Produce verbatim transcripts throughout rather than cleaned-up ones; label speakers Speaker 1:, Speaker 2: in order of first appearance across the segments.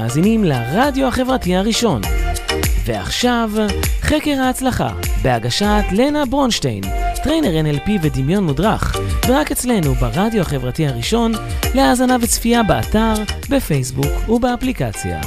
Speaker 1: מאזינים לרדיו החברתי הראשון. ועכשיו, חקר ההצלחה, בהגשת לנה ברונשטיין, טריינר אן אל פי ודמיון מודרך, ורק אצלנו ברדיו החברתי הראשון, להאזנה וצפייה באתר, בפייסבוק ובאפליקציה.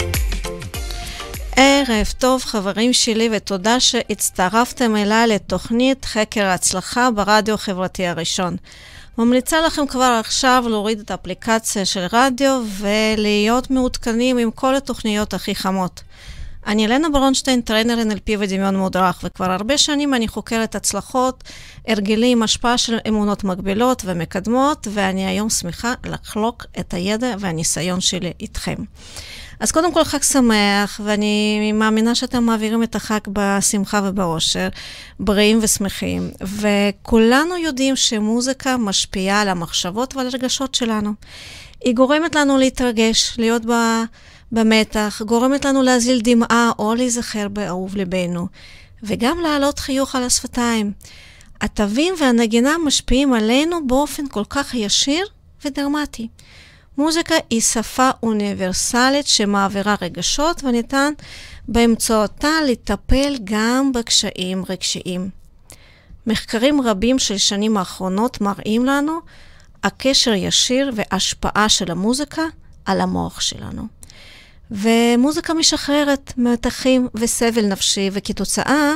Speaker 2: ערב טוב חברים שלי, ותודה שהצטרפתם אליי לתוכנית חקר ההצלחה ברדיו החברתי הראשון. ממליצה לכם כבר עכשיו להוריד את האפליקציה של רדיו ולהיות מעודכנים עם כל התוכניות הכי חמות. אני לנה ברונשטיין, טריינר אן אל פי ודמיון מודרך, וכבר הרבה שנים אני חוקרת הצלחות, הרגלים, השפעה של אמונות מגבילות ומקדמות, ואני היום שמחה לחלוק את הידע והניסיון שלי איתכם. אז קודם כל חג שמח, ואני מאמינה שאתם מעבירים את החג בשמחה ובאושר, בריאים ושמחים, וכולנו יודעים שמוזיקה משפיעה על המחשבות ועל הרגשות שלנו. היא גורמת לנו להתרגש, להיות בה במתח, גורמת לנו להזיל דמעה או להיזכר באהוב ליבנו, וגם להעלות חיוך על השפתיים. התווים והנגינה משפיעים עלינו באופן כל כך ישיר ודרמטי. מוזיקה היא שפה אוניברסלית שמעבירה רגשות, וניתן באמצעותה לטפל גם בקשיים רגשיים. מחקרים רבים של שנים האחרונות מראים לנו הקשר ישיר והשפעה של המוזיקה על המוח שלנו. ומוזיקה משחררת מתחים וסבל נפשי, וכתוצאה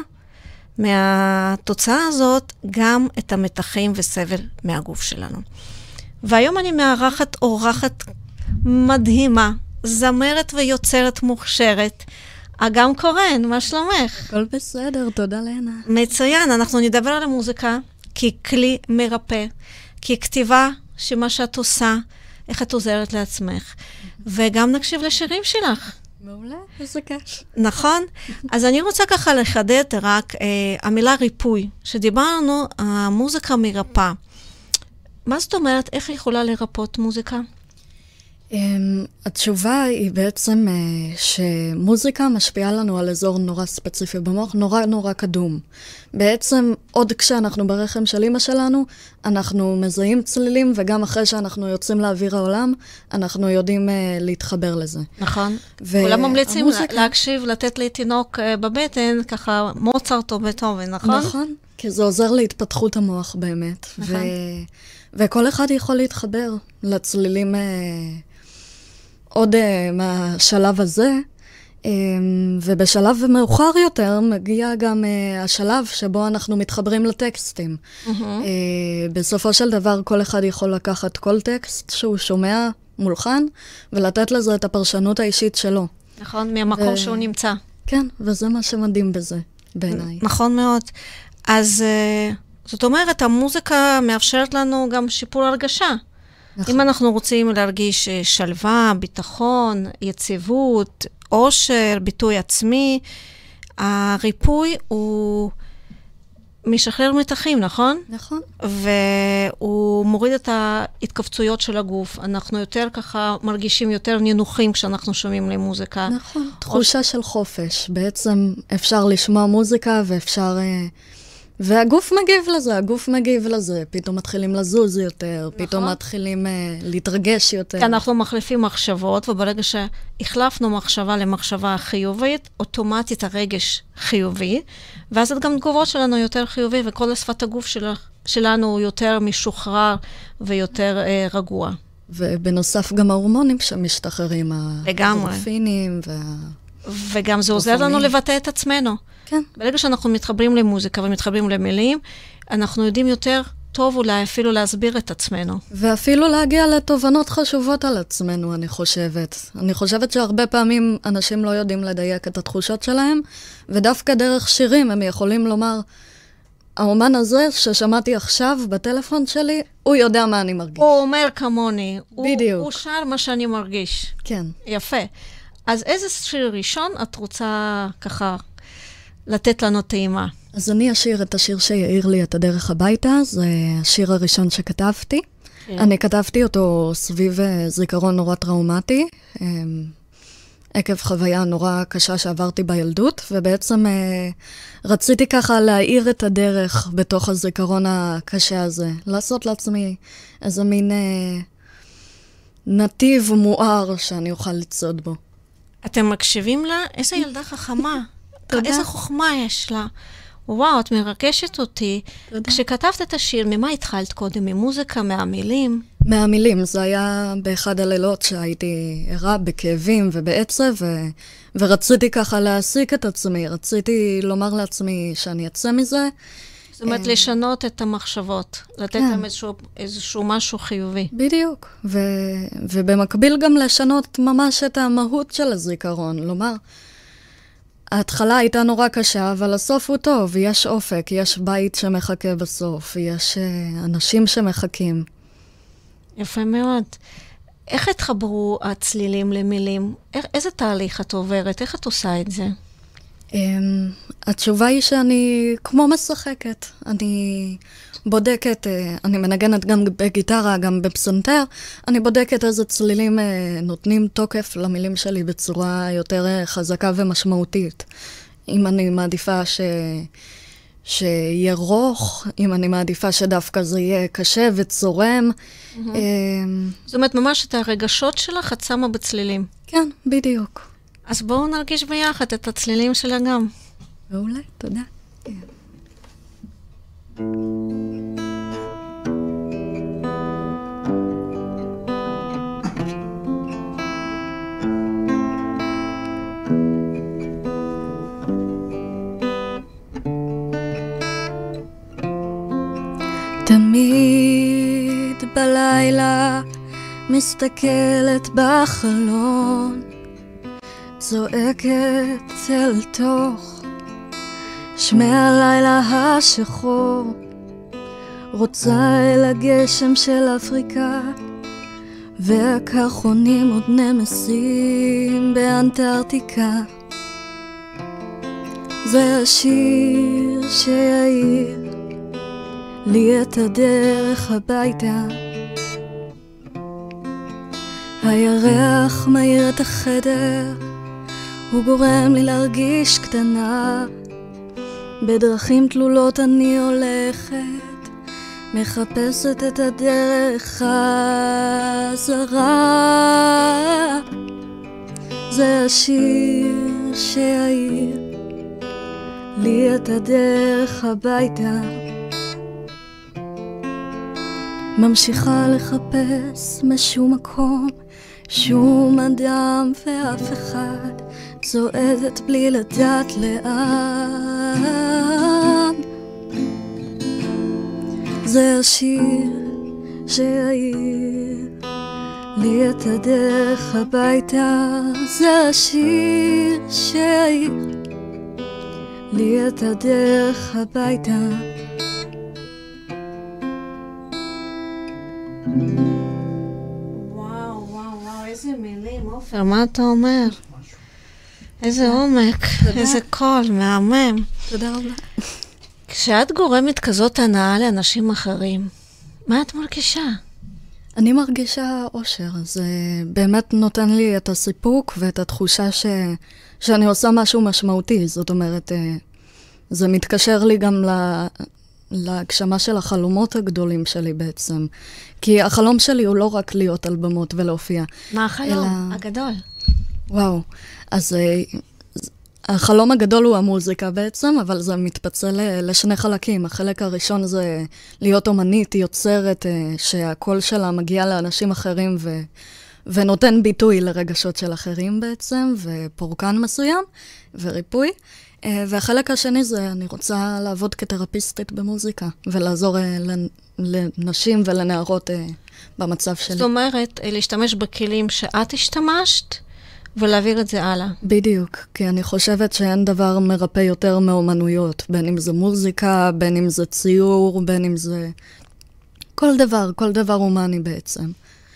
Speaker 2: מהתוצאה הזאת גם את המתחים וסבל מהגוף שלנו. והיום אני מארחת אורחת מדהימה, זמרת ויוצרת מוכשרת, אגם קורן, מה שלומך?
Speaker 3: הכל בסדר, תודה לנה.
Speaker 2: מצוין, אנחנו נדבר על המוזיקה ככלי מרפא, ככתיבה שמה שאת עושה, איך את עוזרת לעצמך, וגם נקשיב לשירים שלך.
Speaker 3: מעולה, איזה כיף.
Speaker 2: נכון? אז אני רוצה ככה לחדד רק אה, המילה ריפוי, שדיברנו, המוזיקה מרפא. מה זאת אומרת, איך היא יכולה לרפות מוזיקה?
Speaker 3: Um, התשובה היא בעצם uh, שמוזיקה משפיעה לנו על אזור נורא ספציפי במוח, נורא נורא קדום. בעצם עוד כשאנחנו ברחם של אמא שלנו, אנחנו מזהים צלילים, וגם אחרי שאנחנו יוצאים לאוויר העולם, אנחנו יודעים uh, להתחבר לזה.
Speaker 2: נכון. כולם ממליצים המוזיקה... להקשיב, לתת לי תינוק uh, בבטן, ככה מוצרט או בטהובן, נכון?
Speaker 3: נכון, כי זה עוזר להתפתחות המוח באמת. נכון. ו... וכל אחד יכול להתחבר לצלילים... Uh, עוד uh, מהשלב הזה, um, ובשלב מאוחר יותר מגיע גם uh, השלב שבו אנחנו מתחברים לטקסטים. Mm-hmm. Uh, בסופו של דבר כל אחד יכול לקחת כל טקסט שהוא שומע מולחן, ולתת לזה את הפרשנות האישית שלו.
Speaker 2: נכון, מהמקום ו... שהוא נמצא.
Speaker 3: כן, וזה מה שמדהים בזה, בעיניי.
Speaker 2: נכון מאוד. אז uh, זאת אומרת, המוזיקה מאפשרת לנו גם שיפור הרגשה. נכון. אם אנחנו רוצים להרגיש שלווה, ביטחון, יציבות, עושר, ביטוי עצמי, הריפוי הוא משחרר מתחים, נכון?
Speaker 3: נכון.
Speaker 2: והוא מוריד את ההתכווצויות של הגוף. אנחנו יותר ככה מרגישים יותר נינוחים כשאנחנו שומעים למוזיקה.
Speaker 3: נכון. תחושה או... של חופש. בעצם אפשר לשמוע מוזיקה ואפשר... והגוף מגיב לזה, הגוף מגיב לזה, פתאום מתחילים לזוז יותר, נכון. פתאום מתחילים uh, להתרגש יותר. כי
Speaker 2: אנחנו מחליפים מחשבות, וברגע שהחלפנו מחשבה למחשבה חיובית, אוטומטית הרגש חיובי, ואז גם תגובות שלנו יותר חיובי, וכל שפת הגוף של, שלנו הוא יותר משוחרר ויותר uh, רגוע.
Speaker 3: ובנוסף גם ההורמונים שמשתחררים, האנדורפינים וה...
Speaker 2: וגם זה עוזר לנו לבטא את עצמנו.
Speaker 3: כן.
Speaker 2: ברגע שאנחנו מתחברים למוזיקה ומתחברים למילים, אנחנו יודעים יותר טוב אולי אפילו להסביר את עצמנו.
Speaker 3: ואפילו להגיע לתובנות חשובות על עצמנו, אני חושבת. אני חושבת שהרבה פעמים אנשים לא יודעים לדייק את התחושות שלהם, ודווקא דרך שירים הם יכולים לומר, האומן הזה ששמעתי עכשיו בטלפון שלי, הוא יודע מה אני מרגיש.
Speaker 2: הוא אומר כמוני.
Speaker 3: בדיוק.
Speaker 2: הוא, הוא שר מה שאני מרגיש.
Speaker 3: כן.
Speaker 2: יפה. אז איזה שיר ראשון את רוצה ככה לתת לנו טעימה?
Speaker 3: אז אני אשיר את השיר שיעיר לי את הדרך הביתה, זה השיר הראשון שכתבתי. כן. אני כתבתי אותו סביב זיכרון נורא טראומטי, עקב חוויה נורא קשה שעברתי בילדות, ובעצם רציתי ככה להעיר את הדרך בתוך הזיכרון הקשה הזה, לעשות לעצמי איזה מין נתיב מואר שאני אוכל לצעוד בו.
Speaker 2: אתם מקשיבים לה? איזה ילדה חכמה. איזה חוכמה יש לה. וואו, את מרגשת אותי. תודה. כשכתבת את השיר, ממה התחלת קודם? ממוזיקה, מהמילים?
Speaker 3: מהמילים. זה היה באחד הלילות שהייתי ערה בכאבים ובעצב, ו... ורציתי ככה להסיק את עצמי. רציתי לומר לעצמי שאני אצא מזה.
Speaker 2: זאת אומרת, לשנות את המחשבות. לתת להם איזשהו, איזשהו משהו חיובי.
Speaker 3: בדיוק. ו... ובמקביל גם לשנות ממש את המהות של הזיכרון. לומר, ההתחלה הייתה נורא קשה, אבל הסוף הוא טוב. יש אופק, יש בית שמחכה בסוף, יש uh, אנשים שמחכים.
Speaker 2: יפה מאוד. איך התחברו הצלילים למילים? איך, איזה תהליך את עוברת? איך את עושה את זה?
Speaker 3: Um, התשובה היא שאני כמו משחקת. אני בודקת, uh, אני מנגנת גם בגיטרה, גם בפסנתר. אני בודקת איזה צלילים uh, נותנים תוקף למילים שלי בצורה יותר uh, חזקה ומשמעותית. אם אני מעדיפה ש... שיהיה רוך, אם אני מעדיפה שדווקא זה יהיה קשה וצורם. Mm-hmm. Um,
Speaker 2: זאת אומרת, ממש את הרגשות שלך את שמה בצלילים.
Speaker 3: כן, בדיוק.
Speaker 2: אז בואו נרגיש ביחד את הצלילים שלה גם.
Speaker 3: מעולה, תודה. תמיד בלילה מסתכלת בחלון, צועקת אל תוך שמי הלילה השחור, רוצה אל הגשם של אפריקה והקרחונים עוד נמסים באנטארקטיקה. זה השיר שיעיר לי את הדרך הביתה. הירח מאיר את החדר, הוא גורם לי להרגיש קטנה. בדרכים תלולות אני הולכת, מחפשת את הדרך הזרה. זה השיר שיעיר לי את הדרך הביתה. ממשיכה לחפש משום מקום, שום אדם ואף אחד, צועדת בלי לדעת לאן. זה השיר שיעיר לי את הדרך הביתה. זה השיר שיעיר לי את הדרך הביתה.
Speaker 2: וואו, וואו, וואו, איזה מילים, עופר, מה אתה אומר? איזה עומק, איזה קול, מהמם.
Speaker 3: תודה רבה.
Speaker 2: כשאת גורמת כזאת הנאה לאנשים אחרים, מה את מרגישה?
Speaker 3: אני מרגישה אושר, זה באמת נותן לי את הסיפוק ואת התחושה ש... שאני עושה משהו משמעותי. זאת אומרת, זה מתקשר לי גם ל... להגשמה של החלומות הגדולים שלי בעצם. כי החלום שלי הוא לא רק להיות על במות ולהופיע.
Speaker 2: מה החלום? אלא... הגדול.
Speaker 3: וואו, אז החלום הגדול הוא המוזיקה בעצם, אבל זה מתפצל לשני חלקים. החלק הראשון זה להיות אומנית, יוצרת, שהקול שלה מגיע לאנשים אחרים ו... ונותן ביטוי לרגשות של אחרים בעצם, ופורקן מסוים, וריפוי. והחלק השני זה, אני רוצה לעבוד כתרפיסטית במוזיקה, ולעזור לנשים ולנערות במצב שלי.
Speaker 2: זאת אומרת, להשתמש בכלים שאת השתמשת, ולהעביר את זה הלאה.
Speaker 3: בדיוק, כי אני חושבת שאין דבר מרפא יותר מאומנויות, בין אם זה מוזיקה, בין אם זה ציור, בין אם זה... כל דבר, כל דבר אומני בעצם.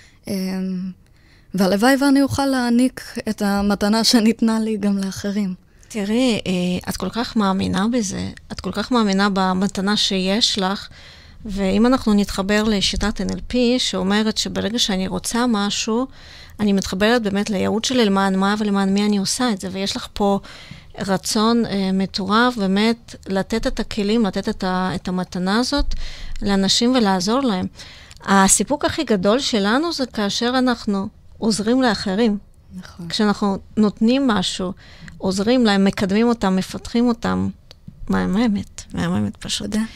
Speaker 3: והלוואי ואני אוכל להעניק את המתנה שניתנה לי גם לאחרים.
Speaker 2: תראי, את כל כך מאמינה בזה, את כל כך מאמינה במתנה שיש לך, ואם אנחנו נתחבר לשיטת אן אל פי, שאומרת שברגע שאני רוצה משהו, אני מתחברת באמת לייעוד שלי, למען מה ולמען מי אני עושה את זה, ויש לך פה רצון אה, מטורף, באמת, לתת את הכלים, לתת את, ה, את המתנה הזאת לאנשים ולעזור להם. הסיפוק הכי גדול שלנו זה כאשר אנחנו עוזרים לאחרים.
Speaker 3: נכון.
Speaker 2: כשאנחנו נותנים משהו, עוזרים להם, מקדמים אותם, מפתחים אותם, מהממת, מהממת פשוט.
Speaker 3: תודה.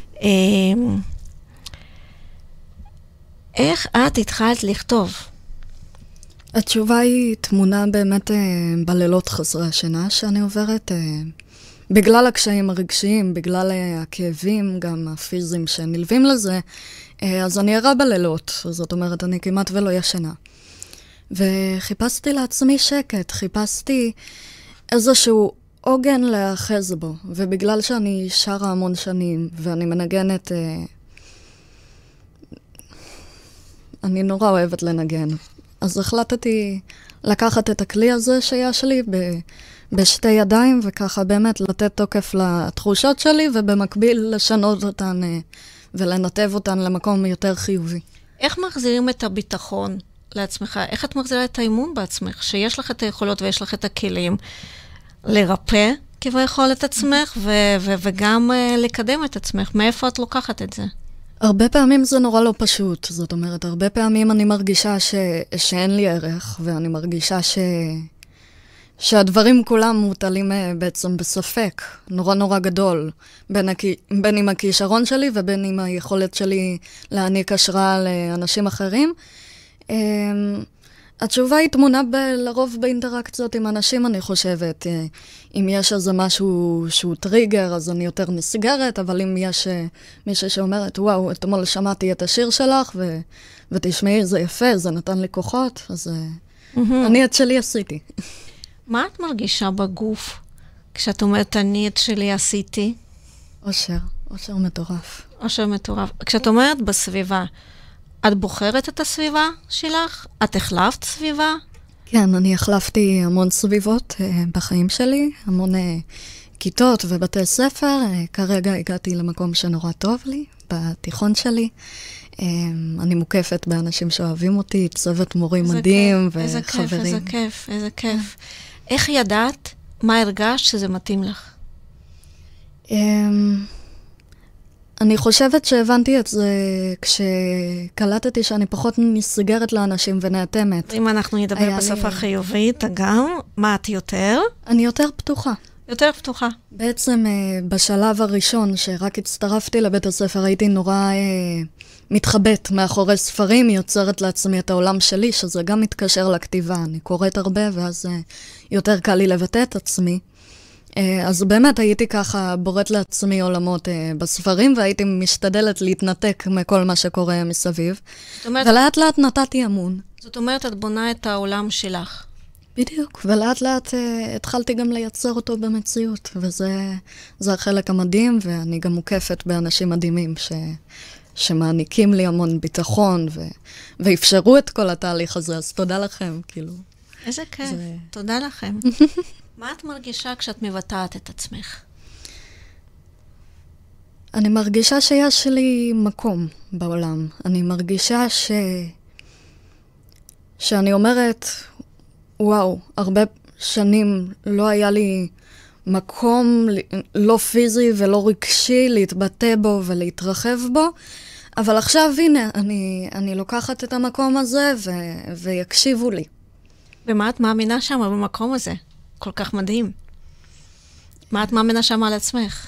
Speaker 2: איך את התחלת לכתוב?
Speaker 3: התשובה היא תמונה באמת אה, בלילות חסרי השינה שאני עוברת, אה, בגלל הקשיים הרגשיים, בגלל אה, הכאבים, גם הפיזיים שנלווים לזה, אה, אז אני ערה בלילות, זאת אומרת, אני כמעט ולא ישנה. וחיפשתי לעצמי שקט, חיפשתי איזשהו עוגן להאחז בו, ובגלל שאני שרה המון שנים, ואני מנגנת, אה, אני נורא אוהבת לנגן. אז החלטתי לקחת את הכלי הזה שיש לי ב- בשתי ידיים, וככה באמת לתת תוקף לתחושות שלי, ובמקביל לשנות אותן ולנתב אותן למקום יותר חיובי.
Speaker 2: איך מחזירים את הביטחון לעצמך? איך את מחזירה את האימון בעצמך? שיש לך את היכולות ויש לך את הכלים לרפא כביכול את עצמך, ו- ו- וגם uh, לקדם את עצמך. מאיפה את לוקחת את זה?
Speaker 3: הרבה פעמים זה נורא לא פשוט, זאת אומרת, הרבה פעמים אני מרגישה ש... שאין לי ערך, ואני מרגישה ש... שהדברים כולם מוטלים בעצם בספק, נורא נורא גדול, בין, הכ... בין עם הכישרון שלי ובין עם היכולת שלי להעניק השראה לאנשים אחרים. התשובה היא תמונה ב... לרוב באינטראקציות עם אנשים, אני חושבת. אם יש איזה משהו שהוא טריגר, אז אני יותר נסגרת, אבל אם יש מישהו שאומרת, וואו, אתמול שמעתי את השיר שלך, ו... ותשמעי, זה יפה, זה נתן לי כוחות, אז mm-hmm. אני את שלי עשיתי.
Speaker 2: מה את מרגישה בגוף כשאת אומרת, אני את שלי עשיתי?
Speaker 3: אושר, אושר מטורף.
Speaker 2: אושר מטורף. כשאת אומרת בסביבה, את בוחרת את הסביבה שלך? את החלפת סביבה?
Speaker 3: כן, אני החלפתי המון סביבות uh, בחיים שלי, המון uh, כיתות ובתי ספר. Uh, כרגע הגעתי למקום שנורא טוב לי, בתיכון שלי. Uh, אני מוקפת באנשים שאוהבים אותי, צוות מורים מדהים וחברים.
Speaker 2: איזה כיף, איזה כיף, איזה כיף. איך ידעת? מה הרגשת שזה מתאים לך?
Speaker 3: Um, אני חושבת שהבנתי את זה כשקלטתי שאני פחות נסגרת לאנשים ונאטמת.
Speaker 2: אם אנחנו נדבר בשפה לי... חיובית, גם, מה את יותר?
Speaker 3: אני יותר פתוחה.
Speaker 2: יותר פתוחה.
Speaker 3: בעצם בשלב הראשון שרק הצטרפתי לבית הספר, הייתי נורא מתחבאת מאחורי ספרים, יוצרת לעצמי את העולם שלי, שזה גם מתקשר לכתיבה. אני קוראת הרבה ואז יותר קל לי לבטא את עצמי. אז באמת הייתי ככה בוראת לעצמי עולמות בספרים, והייתי משתדלת להתנתק מכל מה שקורה מסביב. אומרת, ולאט לאט נתתי אמון.
Speaker 2: זאת אומרת, את בונה את העולם שלך.
Speaker 3: בדיוק, ולאט לאט התחלתי גם לייצר אותו במציאות, וזה זה החלק המדהים, ואני גם מוקפת באנשים מדהימים ש, שמעניקים לי המון ביטחון, ו, ואפשרו את כל התהליך הזה, אז תודה לכם, כאילו.
Speaker 2: איזה כיף, זה... תודה לכם. מה את מרגישה כשאת מבטאת את עצמך?
Speaker 3: אני מרגישה שיש לי מקום בעולם. אני מרגישה ש... שאני אומרת, וואו, הרבה שנים לא היה לי מקום, לא פיזי ולא רגשי, להתבטא בו ולהתרחב בו, אבל עכשיו הנה, אני, אני לוקחת את המקום הזה ו... ויקשיבו לי.
Speaker 2: ומה את מאמינה שם במקום הזה? כל כך מדהים. מה את מאמינה שם על עצמך?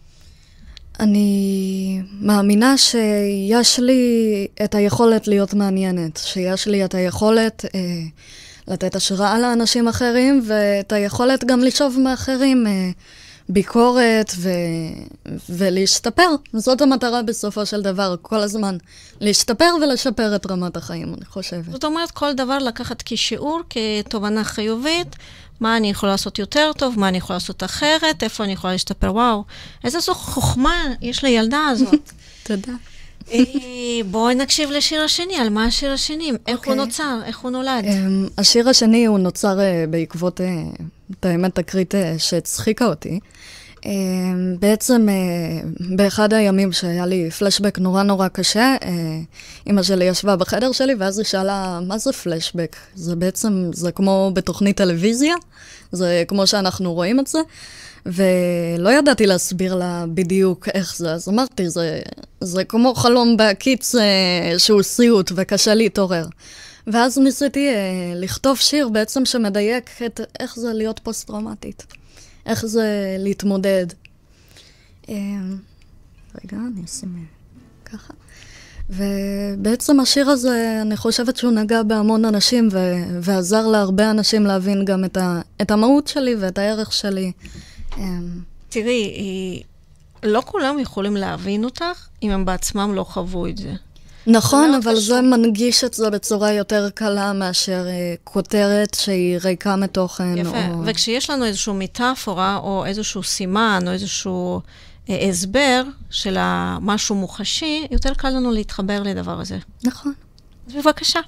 Speaker 3: אני מאמינה שיש לי את היכולת להיות מעניינת, שיש לי את היכולת אה, לתת השראה לאנשים אחרים, ואת היכולת גם לשאוב מאחרים אה, ביקורת ו... ולהשתפר. זאת המטרה בסופו של דבר, כל הזמן. להשתפר ולשפר את רמת החיים, אני חושבת.
Speaker 2: זאת אומרת, כל דבר לקחת כשיעור, כתובנה חיובית, מה אני יכולה לעשות יותר טוב, מה אני יכולה לעשות אחרת, איפה אני יכולה להשתפר, וואו. איזה זו חוכמה יש לילדה הזאת.
Speaker 3: תודה.
Speaker 2: בואי נקשיב לשיר השני, על מה השיר השני? איך הוא נוצר, איך הוא נולד?
Speaker 3: השיר השני הוא נוצר בעקבות, את האמת תקרית שהצחיקה אותי. בעצם באחד הימים שהיה לי פלשבק נורא נורא קשה, אמא שלי ישבה בחדר שלי ואז היא שאלה, מה זה פלשבק? זה בעצם, זה כמו בתוכנית טלוויזיה, זה כמו שאנחנו רואים את זה, ולא ידעתי להסביר לה בדיוק איך זה, אז אמרתי, זה, זה כמו חלום בהקיץ שהוא סיוט וקשה להתעורר. ואז ניסיתי אה, לכתוב שיר בעצם שמדייק את איך זה להיות פוסט-טראומטית. איך זה להתמודד. אה, רגע, אני אשים ככה. ובעצם השיר הזה, אני חושבת שהוא נגע בהמון אנשים, ו- ועזר להרבה אנשים להבין גם את, ה- את המהות שלי ואת הערך שלי.
Speaker 2: תראי, לא כולם יכולים להבין אותך, אם הם בעצמם לא חוו את זה.
Speaker 3: נכון, אבל זה מנגיש את זה בצורה יותר קלה מאשר כותרת שהיא ריקה מתוכן.
Speaker 2: יפה, וכשיש לנו איזושהי מטאפורה, או איזשהו סימן, או איזשהו הסבר של משהו מוחשי, יותר קל לנו להתחבר לדבר הזה.
Speaker 3: נכון.
Speaker 2: אז בבקשה.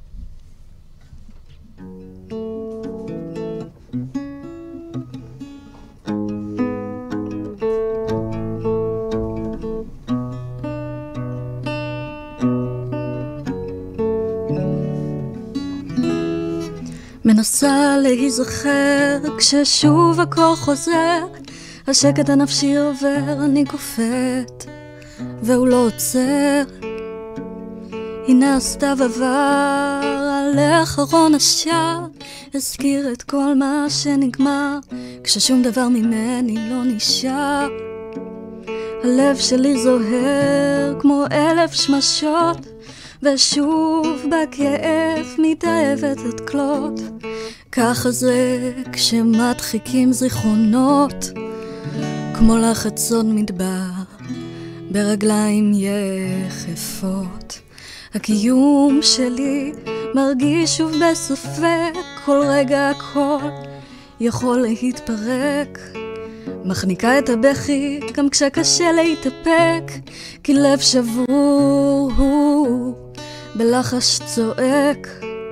Speaker 3: מנסה להיזכר כששוב הכל חוזר, השקט הנפשי עובר, אני קופאת והוא לא עוצר. הנה הסתיו עבר על אחרון השער, הזכיר את כל מה שנגמר, כששום דבר ממני לא נשאר. הלב שלי זוהר כמו אלף שמשות, ושוב בכאב מתאהבת את כלות. ככה זה כשמדחיקים זיכרונות, כמו לחצון מדבר ברגליים יחפות. הקיום שלי מרגיש שוב בספק, כל רגע הכל יכול להתפרק. מחניקה את הבכי גם כשקשה להתאפק, כי לב שבור הוא בלחש צועק.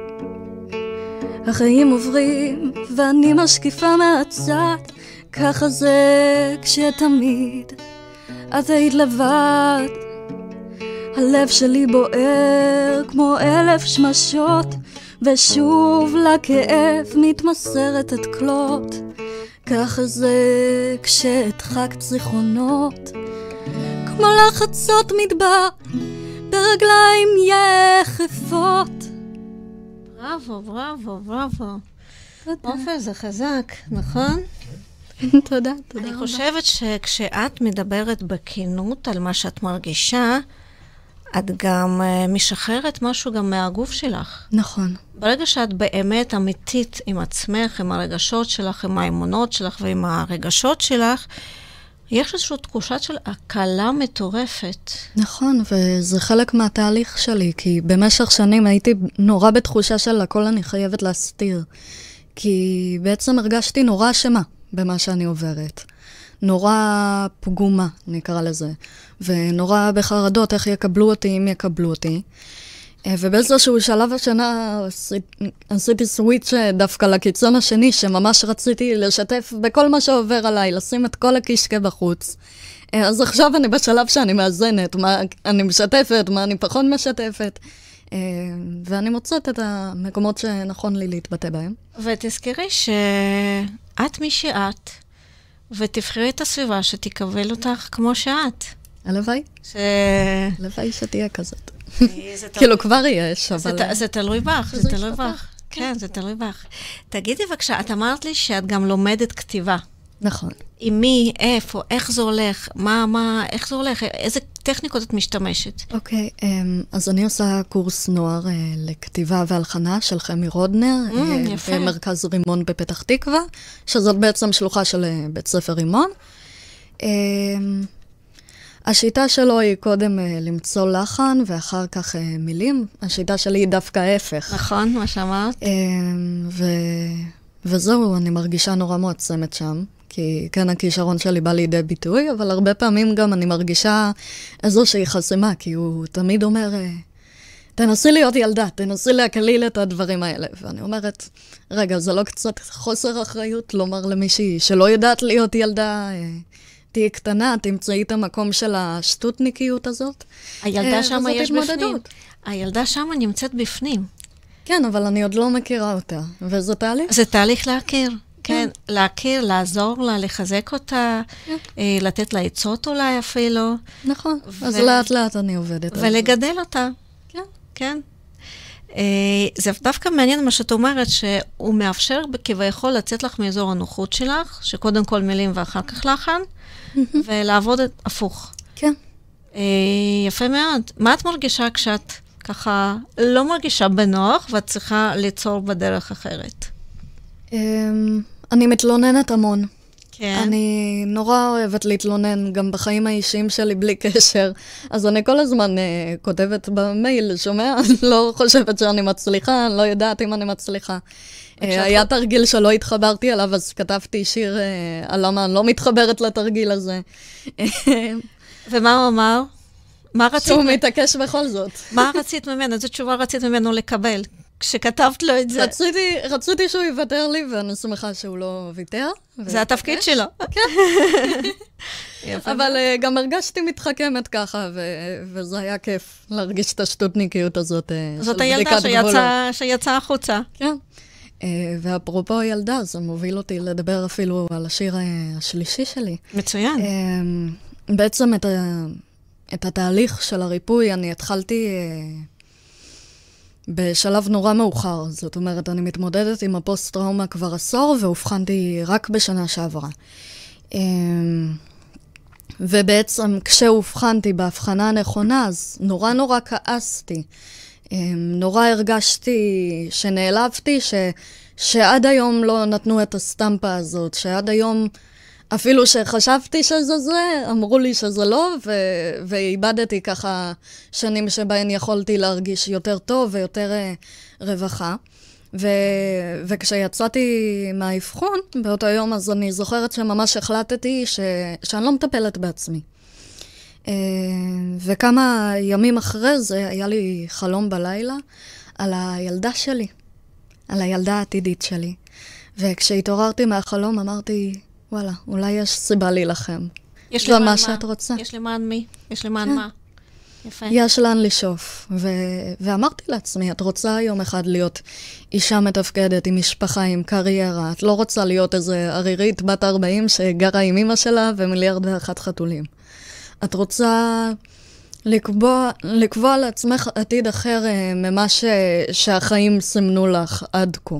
Speaker 3: החיים עוברים ואני משקיפה מהצד, ככה זה כשתמיד את היית לבד. הלב שלי בוער כמו אלף שמשות, ושוב לכאב מתמסרת את כלות. ככה זה כשהדחקת זיכרונות, כמו לחצות מדבר ברגליים יחפות.
Speaker 2: בראבו, בראבו, בראבו. עופר, זה חזק, נכון?
Speaker 3: תודה, תודה.
Speaker 2: אני חושבת שכשאת מדברת בכנות על מה שאת מרגישה, את גם משחררת משהו גם מהגוף שלך.
Speaker 3: נכון.
Speaker 2: ברגע שאת באמת אמיתית עם עצמך, עם הרגשות שלך, עם האמונות שלך ועם הרגשות שלך, יש איזושהי תחושה של הקלה מטורפת.
Speaker 3: נכון, וזה חלק מהתהליך שלי, כי במשך שנים הייתי נורא בתחושה של הכל אני חייבת להסתיר. כי בעצם הרגשתי נורא אשמה במה שאני עוברת. נורא פגומה, נקרא לזה. ונורא בחרדות איך יקבלו אותי, אם יקבלו אותי. ובאיזשהו שלב השנה עשיתי סוויץ' דווקא לקיצון השני, שממש רציתי לשתף בכל מה שעובר עליי, לשים את כל הקשקה בחוץ. אז עכשיו אני בשלב שאני מאזנת, מה אני משתפת, מה אני פחות משתפת. ואני מוצאת את המקומות שנכון לי להתבטא בהם.
Speaker 2: ותזכרי שאת מי שאת, ותבחרי את הסביבה שתקבל אותך כמו שאת.
Speaker 3: הלוואי.
Speaker 2: ש...
Speaker 3: הלוואי שתהיה כזאת. כאילו כבר יש, אבל...
Speaker 2: זה תלוי בך, זה תלוי בך. כן, זה תלוי בך. תגידי בבקשה, את אמרת לי שאת גם לומדת כתיבה.
Speaker 3: נכון.
Speaker 2: עם מי, איפה, איך זה הולך, מה, מה, איך זה הולך, איזה טכניקות את משתמשת?
Speaker 3: אוקיי, אז אני עושה קורס נוער לכתיבה והלחנה של חמי רודנר, במרכז רימון בפתח תקווה, שזאת בעצם שלוחה של בית ספר רימון. השיטה שלו היא קודם למצוא לחן ואחר כך מילים. השיטה שלי היא דווקא ההפך.
Speaker 2: נכון, מה שאמרת.
Speaker 3: וזהו, אני מרגישה נורא מועצמת שם. כי כן, הכישרון שלי בא לידי ביטוי, אבל הרבה פעמים גם אני מרגישה איזושהי חסימה, כי הוא תמיד אומר, תנסי להיות ילדה, תנסי להקליל את הדברים האלה. ואני אומרת, רגע, זה לא קצת חוסר אחריות לומר למישהי שלא יודעת להיות ילדה, תהי קטנה, תמצאי את המקום של השטותניקיות הזאת.
Speaker 2: הילדה שמה יש בפנים. הילדה שמה נמצאת בפנים.
Speaker 3: כן, אבל אני עוד לא מכירה אותה, וזה תהליך.
Speaker 2: זה תהליך להכיר. כן, להכיר, לעזור לה, לחזק אותה, לתת לה עצות אולי אפילו.
Speaker 3: נכון, אז לאט לאט אני עובדת.
Speaker 2: ולגדל אותה.
Speaker 3: כן.
Speaker 2: כן. זה דווקא מעניין מה שאת אומרת, שהוא מאפשר כביכול לצאת לך מאזור הנוחות שלך, שקודם כל מילים ואחר כך לחן, ולעבוד הפוך.
Speaker 3: כן.
Speaker 2: יפה מאוד. מה את מרגישה כשאת ככה לא מרגישה בנוח, ואת צריכה ליצור בדרך אחרת?
Speaker 3: אני מתלוננת המון.
Speaker 2: כן.
Speaker 3: אני נורא אוהבת להתלונן, גם בחיים האישיים שלי בלי קשר. אז אני כל הזמן uh, כותבת במייל, שומע? לא חושבת שאני מצליחה, אני לא יודעת אם אני מצליחה. Uh, היה תרגיל שלא התחברתי אליו, אז כתבתי שיר uh, על למה אני לא מתחברת לתרגיל הזה.
Speaker 2: ומה הוא אמר? מה רצית?
Speaker 3: שהוא מתעקש בכל זאת.
Speaker 2: מה רצית ממנו? זו תשובה רצית ממנו לקבל. כשכתבת לו את זה.
Speaker 3: רציתי, רציתי שהוא יוותר לי, ואני שמחה שהוא לא ויתר.
Speaker 2: זה התפקיד שלו.
Speaker 3: כן. אבל גם הרגשתי מתחכמת ככה, וזה היה כיף להרגיש את השטותניקיות הזאת של בדיקת גבולות.
Speaker 2: זאת הילדה שיצאה החוצה.
Speaker 3: כן. ואפרופו ילדה, זה מוביל אותי לדבר אפילו על השיר השלישי שלי.
Speaker 2: מצוין.
Speaker 3: בעצם את, את התהליך של הריפוי, אני התחלתי בשלב נורא מאוחר. זאת אומרת, אני מתמודדת עם הפוסט-טראומה כבר עשור, והובחנתי רק בשנה שעברה. ובעצם כשהובחנתי בהבחנה הנכונה, אז נורא נורא כעסתי. נורא הרגשתי שנעלבתי, ש, שעד היום לא נתנו את הסטמפה הזאת, שעד היום אפילו שחשבתי שזה זה, אמרו לי שזה לא, ו, ואיבדתי ככה שנים שבהן יכולתי להרגיש יותר טוב ויותר uh, רווחה. ו, וכשיצאתי מהאבחון באותו יום, אז אני זוכרת שממש החלטתי ש, שאני לא מטפלת בעצמי. Uh, וכמה ימים אחרי זה היה לי חלום בלילה על הילדה שלי, על הילדה העתידית שלי. וכשהתעוררתי מהחלום אמרתי, וואלה, אולי יש סיבה להילחם.
Speaker 2: יש למען
Speaker 3: מה שאת רוצה.
Speaker 2: יש למען מי? יש למען
Speaker 3: כן.
Speaker 2: מה? יפה.
Speaker 3: יש לאן לשאוף. ו... ואמרתי לעצמי, את רוצה יום אחד להיות אישה מתפקדת עם משפחה, עם קריירה. את לא רוצה להיות איזה ערירית בת ארבעים שגרה עם אמא שלה ומיליארד ואחת חתולים. את רוצה לקבוע, לקבוע לעצמך עתיד אחר ממה ש... שהחיים סימנו לך עד כה.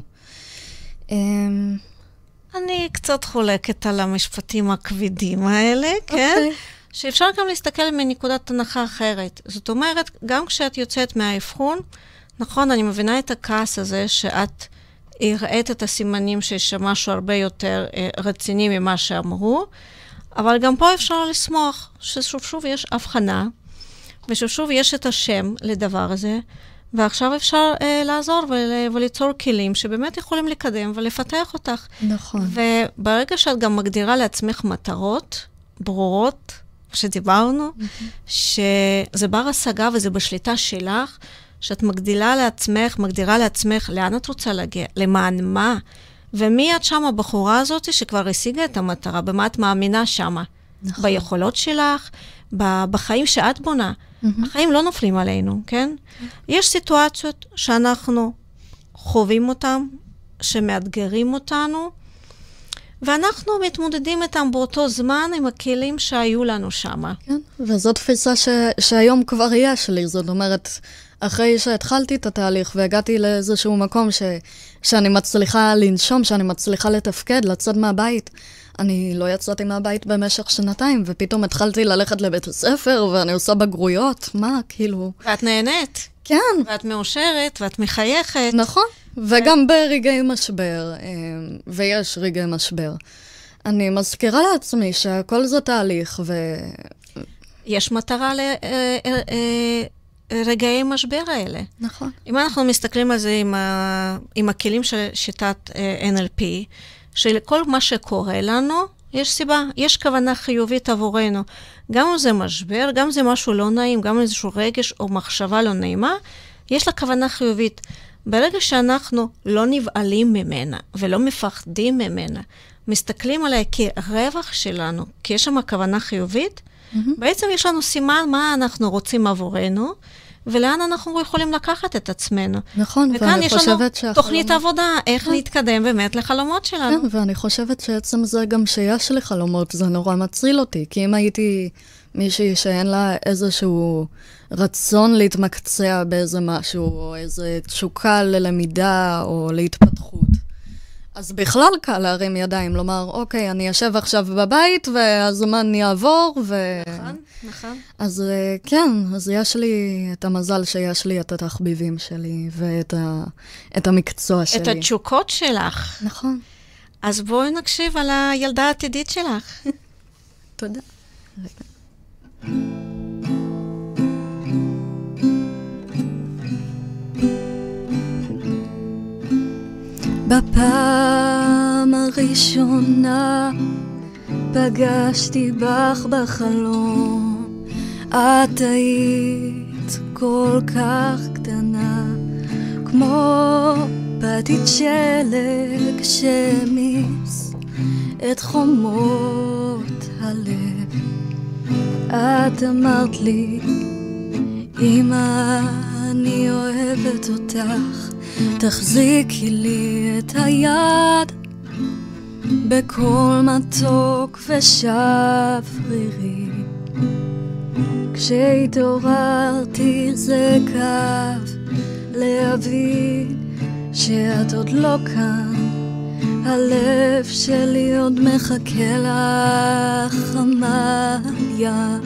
Speaker 2: אני קצת חולקת על המשפטים הכבדים האלה, כן? שאפשר גם להסתכל מנקודת הנחה אחרת. זאת אומרת, גם כשאת יוצאת מהאבחון, נכון, אני מבינה את הכעס הזה שאת הראית את הסימנים שיש משהו הרבה יותר רציני ממה שאמרו, אבל גם פה אפשר לשמוח ששוב שוב יש הבחנה, ושוב שוב יש את השם לדבר הזה, ועכשיו אפשר אה, לעזור ול, וליצור כלים שבאמת יכולים לקדם ולפתח אותך.
Speaker 3: נכון.
Speaker 2: וברגע שאת גם מגדירה לעצמך מטרות ברורות, שדיברנו, mm-hmm. שזה בר השגה וזה בשליטה שלך, שאת מגדילה לעצמך, מגדירה לעצמך לאן את רוצה להגיע, למען מה, ומי את שם הבחורה הזאת שכבר השיגה את המטרה, במה את מאמינה שמה? נכון. ביכולות שלך, בחיים שאת בונה. Mm-hmm. החיים לא נופלים עלינו, כן? Mm-hmm. יש סיטואציות שאנחנו חווים אותן, שמאתגרים אותנו, ואנחנו מתמודדים איתם באותו זמן עם הכלים שהיו לנו שמה.
Speaker 3: כן, וזו תפיסה ש... שהיום כבר יש לי. זאת אומרת, אחרי שהתחלתי את התהליך והגעתי לאיזשהו מקום ש... שאני מצליחה לנשום, שאני מצליחה לתפקד, לצאת מהבית, אני לא יצאתי מהבית במשך שנתיים, ופתאום התחלתי ללכת לבית הספר, ואני עושה בגרויות, מה, כאילו...
Speaker 2: ואת נהנית.
Speaker 3: כן.
Speaker 2: ואת מאושרת, ואת מחייכת.
Speaker 3: נכון, וגם ברגעי משבר, ויש רגעי משבר. אני מזכירה לעצמי שהכל זה תהליך, ו...
Speaker 2: יש מטרה לרגעי משבר האלה.
Speaker 3: נכון.
Speaker 2: אם אנחנו מסתכלים על זה עם, ה... עם הכלים של שיטת אן אל פי, שלכל מה שקורה לנו, יש סיבה, יש כוונה חיובית עבורנו. גם אם זה משבר, גם אם זה משהו לא נעים, גם אם איזשהו רגש או מחשבה לא נעימה, יש לה כוונה חיובית. ברגע שאנחנו לא נבעלים ממנה ולא מפחדים ממנה, מסתכלים עליה כרווח שלנו, כי יש שם כוונה חיובית, mm-hmm. בעצם יש לנו סימן מה אנחנו רוצים עבורנו, ולאן אנחנו יכולים לקחת את עצמנו.
Speaker 3: נכון, ואני חושבת
Speaker 2: וכאן יש
Speaker 3: שהחלומות...
Speaker 2: לנו תוכנית עבודה, איך להתקדם באמת לחלומות שלנו.
Speaker 3: כן, ואני חושבת שעצם זה גם שיש לי חלומות, זה נורא מציל אותי, כי אם הייתי מישהי שאין לה איזשהו רצון להתמקצע באיזה משהו, או איזה תשוקה ללמידה או להתפתחות, אז בכלל קל להרים ידיים, לומר, אוקיי, אני יושב עכשיו בבית, והזמן יעבור, ו...
Speaker 2: נכון, נכון.
Speaker 3: אז כן, אז יש לי את המזל שיש לי את התחביבים שלי, ואת ה... את המקצוע שלי.
Speaker 2: את התשוקות שלך.
Speaker 3: נכון.
Speaker 2: אז בואי נקשיב על הילדה העתידית שלך.
Speaker 3: תודה. בפעם הראשונה פגשתי בך בחלום, את היית כל כך קטנה, כמו פתית שלג שמיס את חומות הלב. את אמרת לי, אמא, אני אוהבת אותך, תחזיקי לי את היד בכל מתוק ושברירי. כשהתעוררתי זה כאב להבין שאת עוד לא כאן, הלב שלי עוד מחכה לך, עמליה.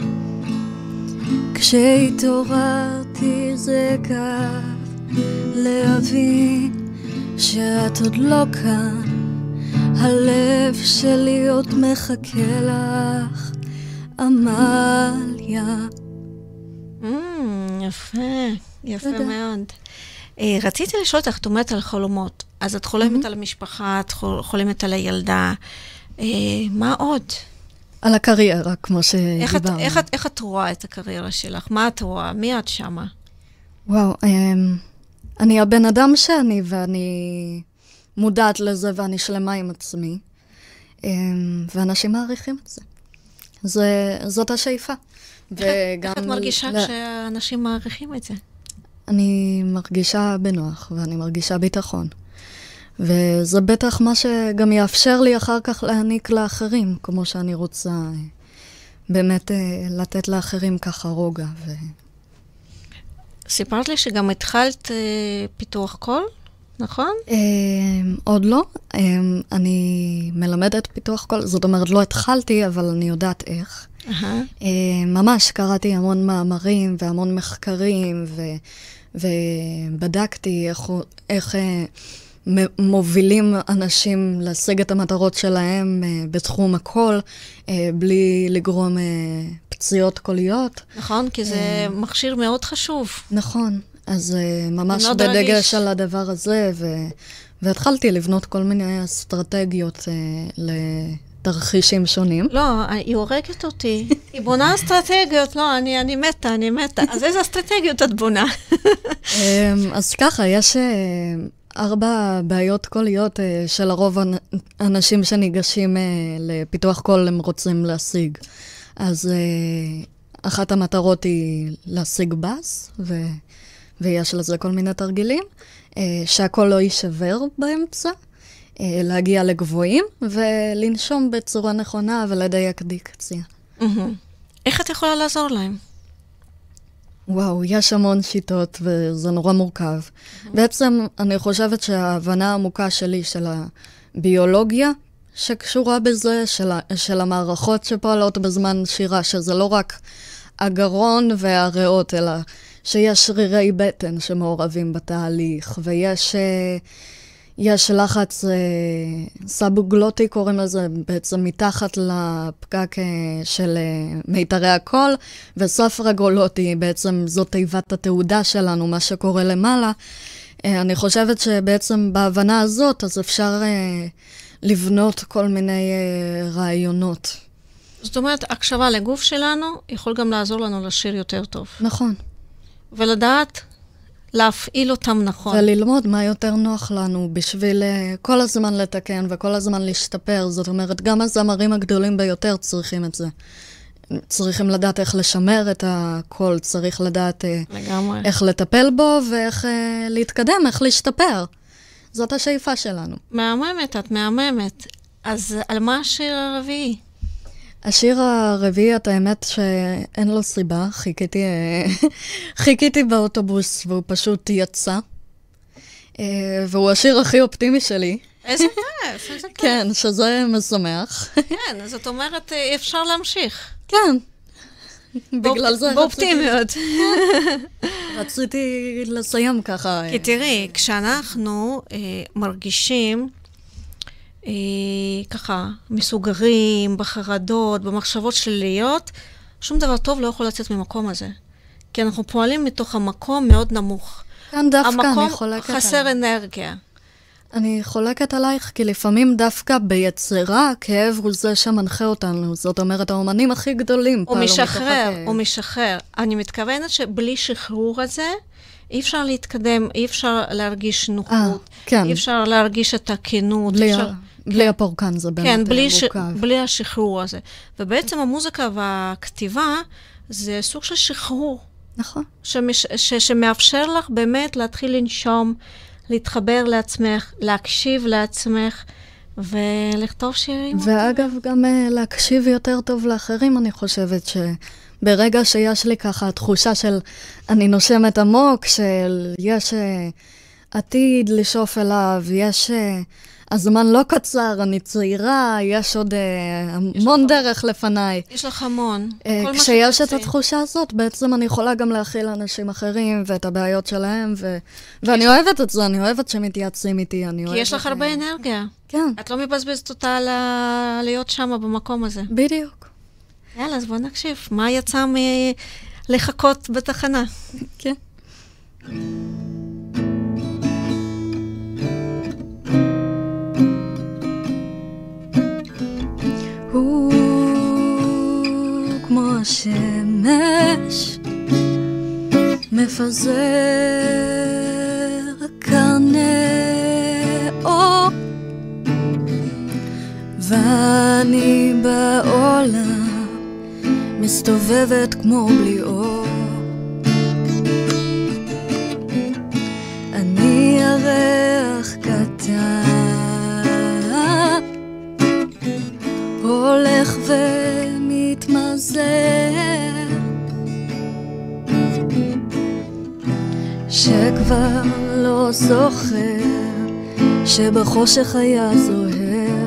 Speaker 3: כשהתעוררתי זה כאב להבין שאת עוד לא כאן, הלב שלי עוד מחכה לך, עמליה.
Speaker 2: יפה, יפה מאוד. רציתי לשאול אותך, את אומרת על חלומות, אז את חולמת על המשפחה, את חולמת על הילדה, מה עוד?
Speaker 3: על הקריירה, כמו שדיברנו.
Speaker 2: איך את רואה את הקריירה שלך? מה את רואה? מי את שמה?
Speaker 3: וואו, אני הבן אדם שאני, ואני מודעת לזה, ואני שלמה עם עצמי, ואנשים מעריכים את זה. זה, זאת השאיפה.
Speaker 2: איך את מרגישה כשאנשים מעריכים את זה?
Speaker 3: אני מרגישה בנוח, ואני מרגישה ביטחון. וזה בטח מה שגם יאפשר לי אחר כך להעניק לאחרים, כמו שאני רוצה באמת לתת לאחרים ככה רוגע. ו...
Speaker 2: סיפרת לי שגם התחלת פיתוח קול, נכון?
Speaker 3: עוד לא. אני מלמדת פיתוח קול, זאת אומרת לא התחלתי, אבל אני יודעת איך. Uh-huh. ממש קראתי המון מאמרים והמון מחקרים, ו... ובדקתי איך, איך מובילים אנשים להשיג את המטרות שלהם בתחום הקול, בלי לגרום פציעות קוליות.
Speaker 2: נכון, כי זה מכשיר מאוד חשוב.
Speaker 3: נכון, אז ממש בדגש על הדבר הזה, ו... והתחלתי לבנות כל מיני אסטרטגיות לתרחישים שונים.
Speaker 2: לא, היא הורגת אותי. היא בונה אסטרטגיות, לא, אני, אני מתה, אני מתה. אז איזה אסטרטגיות את בונה?
Speaker 3: אז ככה, יש ארבע בעיות קוליות שלרוב אנשים שניגשים לפיתוח קול הם רוצים להשיג. אז אחת המטרות היא להשיג בס, ו... ויש לזה כל מיני תרגילים, שהקול לא יישבר באמצע, להגיע לגבוהים, ולנשום בצורה נכונה ולדייק דיקציה.
Speaker 2: איך את יכולה לעזור להם?
Speaker 3: וואו, יש המון שיטות, וזה נורא מורכב. בעצם אני חושבת שההבנה העמוקה שלי של הביולוגיה, שקשורה בזה, של, של המערכות שפועלות בזמן שירה, שזה לא רק הגרון והריאות, אלא שיש שרירי בטן שמעורבים בתהליך, ויש יש לחץ סאבוגלוטי, קוראים לזה, בעצם מתחת לפקק של מיתרי הקול, וספרגולוטי, בעצם זאת תיבת התעודה שלנו, מה שקורה למעלה. אני חושבת שבעצם בהבנה הזאת, אז אפשר לבנות כל מיני רעיונות.
Speaker 2: זאת אומרת, הקשבה לגוף שלנו יכול גם לעזור לנו לשיר יותר טוב.
Speaker 3: נכון.
Speaker 2: ולדעת להפעיל אותם נכון.
Speaker 3: וללמוד מה יותר נוח לנו בשביל כל הזמן לתקן וכל הזמן להשתפר. זאת אומרת, גם הזמרים הגדולים ביותר צריכים את זה. צריכים לדעת איך לשמר את הקול, צריך לדעת
Speaker 2: לגמרי.
Speaker 3: איך לטפל בו ואיך להתקדם, איך להשתפר. זאת השאיפה שלנו.
Speaker 2: מהממת, את מהממת. אז על מה השיר הרביעי?
Speaker 3: השיר הרביעי, את האמת שאין לו סיבה, חיכיתי, חיכיתי באוטובוס והוא פשוט יצא. והוא השיר הכי אופטימי שלי.
Speaker 2: איזה כיף, איזה כיף.
Speaker 3: כן, שזה משמח.
Speaker 2: כן, זאת אומרת, אפשר להמשיך.
Speaker 3: כן. בגלל זה
Speaker 2: באופטימיות.
Speaker 3: רציתי לסיים ככה.
Speaker 2: כי תראי, כשאנחנו מרגישים ככה מסוגרים, בחרדות, במחשבות שליליות, שום דבר טוב לא יכול לצאת ממקום הזה. כי אנחנו פועלים מתוך המקום מאוד נמוך.
Speaker 3: כן, דווקא אני חולקת.
Speaker 2: המקום חסר אנרגיה.
Speaker 3: אני חולקת עלייך, כי לפעמים דווקא ביצירה, כאב הוא זה שמנחה אותנו. זאת אומרת, האומנים הכי גדולים
Speaker 2: פעלו מתוך הכאב. הוא משחרר, הוא משחרר. אני מתכוונת שבלי שחרור הזה, אי אפשר להתקדם, אי אפשר להרגיש נוחות, 아, כן. אי אפשר להרגיש את הכנות.
Speaker 3: בלי,
Speaker 2: אפשר...
Speaker 3: בלי כן. הפורקן זה באמת
Speaker 2: כן, בלי
Speaker 3: מורכב.
Speaker 2: ש... בלי השחרור הזה. ובעצם המוזיקה והכתיבה זה סוג של שחרור.
Speaker 3: נכון.
Speaker 2: שמש... ש... שמאפשר לך באמת להתחיל לנשום, להתחבר לעצמך, להקשיב לעצמך, ולכתוב שירים.
Speaker 3: ואגב, גם להקשיב יותר טוב לאחרים, אני חושבת שברגע שיש לי ככה תחושה של אני נושמת עמוק, של יש עתיד לשאוף אליו, יש הזמן לא קצר, אני צעירה, יש עוד המון דרך לפניי.
Speaker 2: יש לך המון.
Speaker 3: כשיש את התחושה הזאת, בעצם אני יכולה גם להכיל אנשים אחרים ואת הבעיות שלהם, ואני אוהבת את זה, אני אוהבת שמתייעצים איתי, אני אוהבת...
Speaker 2: כי יש לך הרבה אנרגיה.
Speaker 3: כן.
Speaker 2: את לא מבזבזת אותה להיות שם במקום הזה.
Speaker 3: בדיוק.
Speaker 2: יאללה, אז בוא נקשיב. מה יצא מלחכות בתחנה?
Speaker 3: כן. הוא כמו השמש מפזר קרני אור, ואני בעולם מסתובבת כמו בלי אור. אני ירח קטן הולך ומתמזר, שכבר לא זוכר שבחושך היה זוהר.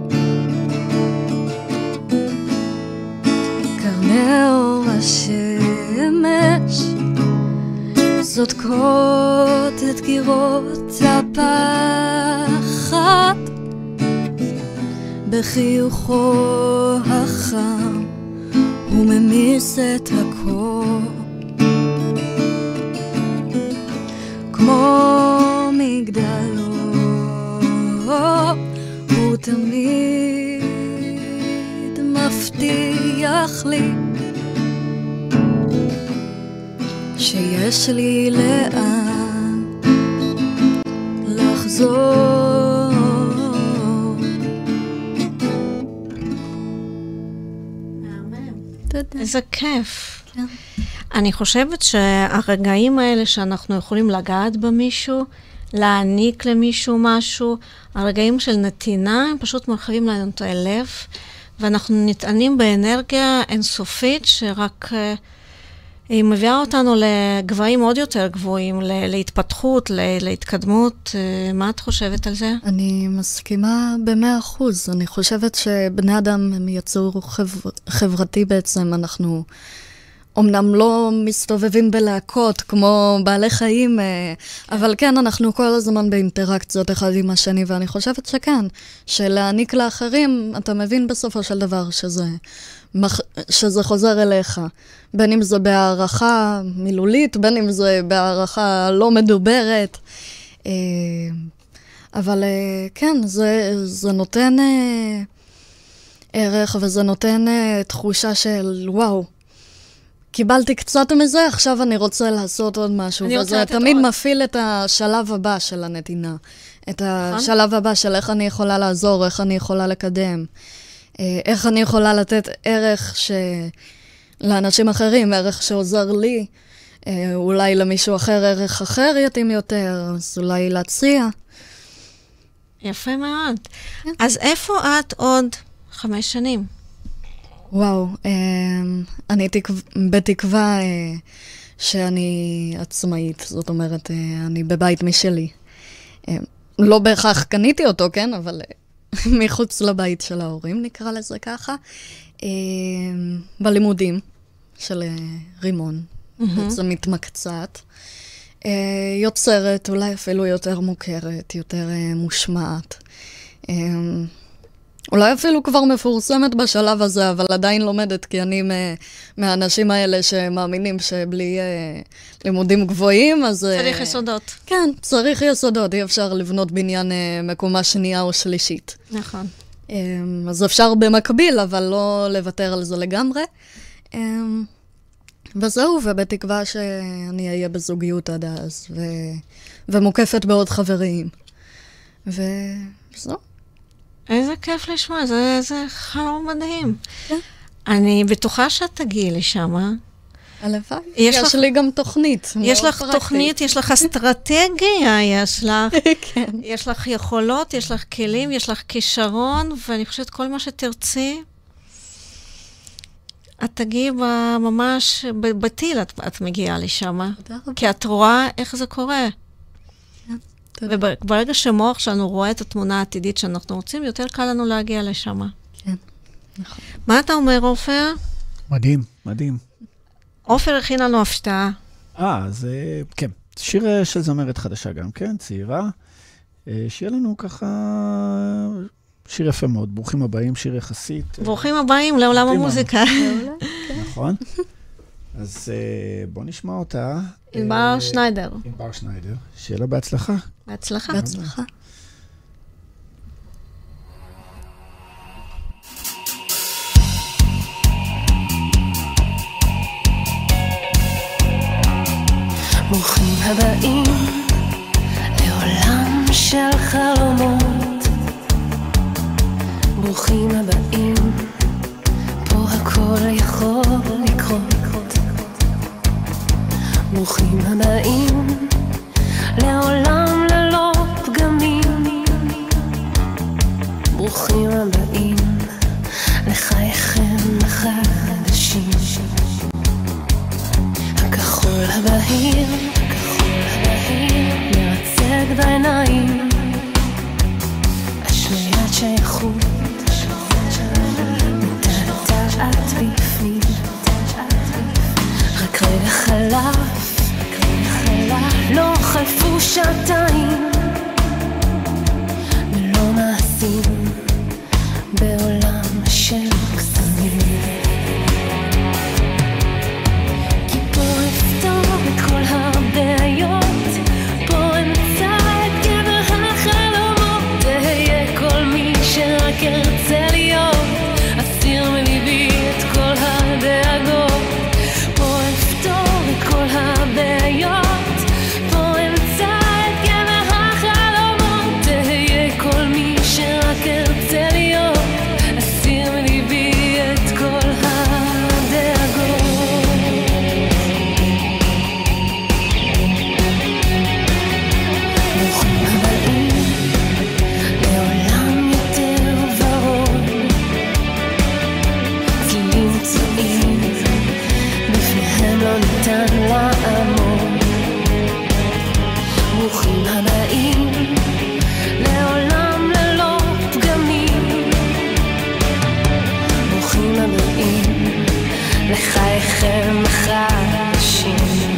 Speaker 3: קרני אור השמש זודקות את קירות הפחד, בחיוכו החם הוא ממיס את הקור, כמו מגדלו הוא תמיד מבטיח לי שיש לי לאן לחזור.
Speaker 2: איזה כיף. כן. אני חושבת שהרגעים האלה שאנחנו יכולים לגעת במישהו, להעניק למישהו משהו, הרגעים של נתינה, הם פשוט מרחיבים לנו את הלב, ואנחנו נטענים באנרגיה אינסופית, שרק uh, היא מביאה אותנו לגבהים עוד יותר גבוהים, להתפתחות, להתקדמות. Uh, מה את חושבת על זה?
Speaker 3: אני מסכימה במאה אחוז. אני חושבת שבני אדם הם יצור חבר... חברתי בעצם. אנחנו אמנם לא מסתובבים בלהקות כמו בעלי חיים, אבל כן, אנחנו כל הזמן באינטראקציות אחד עם השני, ואני חושבת שכן, שלהעניק לאחרים, אתה מבין בסופו של דבר שזה, שזה חוזר אליך. בין אם זה בהערכה מילולית, בין אם זה בהערכה לא מדוברת. אבל כן, זה, זה נותן ערך, וזה נותן תחושה של וואו, קיבלתי קצת מזה, עכשיו אני רוצה לעשות עוד משהו. וזה תמיד עוד. מפעיל את השלב הבא של הנתינה. את השלב הבא של איך אני יכולה לעזור, איך אני יכולה לקדם. איך אני יכולה לתת ערך ש... לאנשים אחרים, ערך שעוזר לי, אולי למישהו אחר ערך אחר יתאים יותר, אז אולי להציע.
Speaker 2: יפה מאוד. אז איפה את עוד חמש שנים?
Speaker 3: וואו, אני בתקווה שאני עצמאית, זאת אומרת, אני בבית משלי. לא בהכרח קניתי אותו, כן? אבל מחוץ לבית של ההורים, נקרא לזה ככה. בלימודים של רימון, בעצם מתמקצעת. יוצרת, אולי אפילו יותר מוכרת, יותר מושמעת. אולי אפילו כבר מפורסמת בשלב הזה, אבל עדיין לומדת, כי אני מהאנשים האלה שמאמינים שבלי לימודים גבוהים, אז...
Speaker 2: צריך יסודות.
Speaker 3: כן, צריך יסודות. אי אפשר לבנות בניין מקומה שנייה או שלישית.
Speaker 2: נכון.
Speaker 3: אז אפשר במקביל, אבל לא לוותר על זה לגמרי. וזהו, ובתקווה שאני אהיה בזוגיות עד אז, ו... ומוקפת בעוד חברים. וזהו.
Speaker 2: איזה כיף לשמוע, זה, זה חלום מדהים.
Speaker 3: כן.
Speaker 2: אני בטוחה שאת תגיעי לשם.
Speaker 3: הלוואי. יש, יש לך... לי גם תוכנית.
Speaker 2: יש לך
Speaker 3: פרקטית.
Speaker 2: תוכנית, יש לך אסטרטגיה, יש לך...
Speaker 3: כן.
Speaker 2: יש לך יכולות, יש לך כלים, יש לך כישרון, ואני חושבת כל מה שתרצי, את תגיעי ממש בטיל, את, את מגיעה לשם. כי את רואה איך זה קורה. וברגע שמוח שלנו רואה את התמונה העתידית שאנחנו רוצים, יותר קל לנו להגיע לשם.
Speaker 3: כן, נכון.
Speaker 2: מה אתה אומר, עופר?
Speaker 4: מדהים, מדהים.
Speaker 2: עופר הכין לנו הפתעה.
Speaker 4: אה, זה, כן. שיר של זמרת חדשה גם, כן, צעירה. שיהיה לנו ככה... שיר יפה מאוד, ברוכים הבאים, שיר יחסית.
Speaker 2: ברוכים הבאים לעולם המוזיקה.
Speaker 4: נכון. אז בוא נשמע אותה.
Speaker 2: ענבר שניידר.
Speaker 4: ענבר שניידר. שיהיה לה בהצלחה.
Speaker 2: בהצלחה.
Speaker 3: בהצלחה.
Speaker 5: ברוכים הבאים לעולם של חלומות. ברוכים הבאים, פה הכל יכול לקרות. ברוכים הבאים לעולם ללא פגמים. ברוכים הבאים לחייכם החדשים. הכחול הבהיר, הכחול הבהיר מרצג בעיניים. אשליית שייכות מתעתעת בפנים. רק רגע חלף, רק רגע חלף, לא חלפו שעתיים ולא מעשים בעולם של קסמים. כי פה אפתור את כל הבעיות, פה אמצא את גבר החלומות. תהיה כל מי שרק ירצה להיות, אסיר מליבי את כל הדאגות. פה אפתור את כל הבעיות, פה אמצא את גבר החלומות. תהיה כל מי שרק ירצה להיות, אסיר מליבי את כל הדאגות. ברוכים הבאים לעולם יותר ורוד. צלילים צועים בפניהם לא ניתן לעמוד. ברוכים הבאים לעולם ללא פגמים. ברוכים הבאים לחייכם החדשים.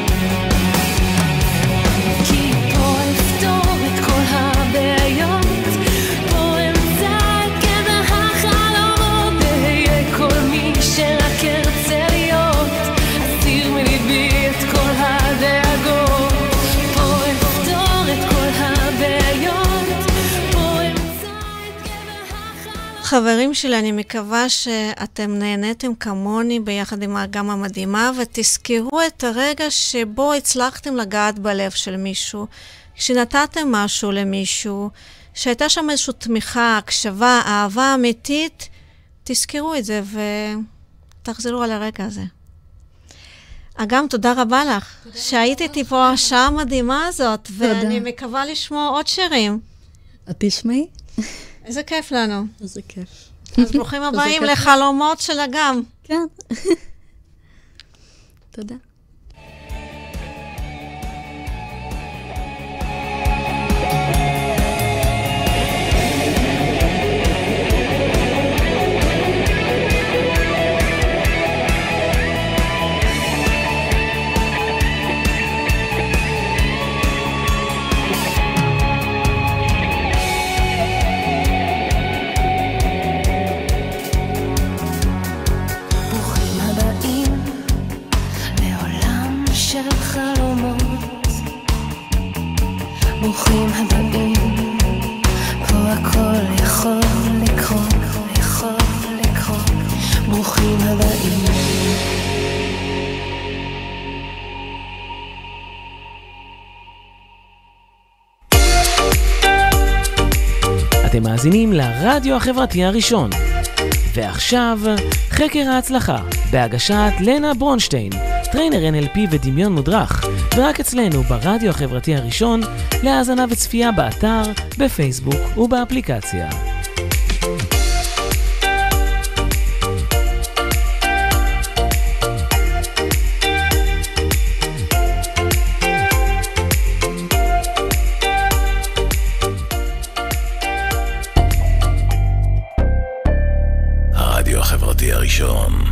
Speaker 5: כי פה אפתור את כל הבעיות, פה אמצא את גבר החלומות. תהיה כל מי שרק ירצה להיות, אסיר מליבי את כל הדאגות. פה אפתור את כל הבעיות, פה אמצא את גבר החלומות.
Speaker 2: חברים שלי, אני מקווה שאתם נהניתם כמוני ביחד עם האגם המדהימה, ותזכרו את הרגע שבו הצלחתם לגעת בלב של מישהו, כשנתתם משהו למישהו, שהייתה שם איזושהי תמיכה, הקשבה, אהבה אמיתית, תזכרו את זה ותחזרו על הרגע הזה. אגם, תודה רבה לך, שהיית איתי פה השעה המדהימה הזאת, ואני מקווה לשמוע עוד שירים.
Speaker 3: את תשמעי?
Speaker 2: איזה כיף לנו.
Speaker 3: איזה כיף.
Speaker 2: אז ברוכים הבאים לחלומות של אגם.
Speaker 3: כן. תודה.
Speaker 5: ברוכים הבאים, פה הכל יכול לקרות, יכול לקרות, ברוכים הבאים.
Speaker 1: אתם מאזינים לרדיו החברתי הראשון. ועכשיו, חקר ההצלחה, בהגשת לנה ברונשטיין, טריינר אן אל פי ודמיון מודרך, ורק אצלנו ברדיו החברתי הראשון, להאזנה וצפייה באתר, בפייסבוק ובאפליקציה.
Speaker 6: הרדיו החברתי הראשון.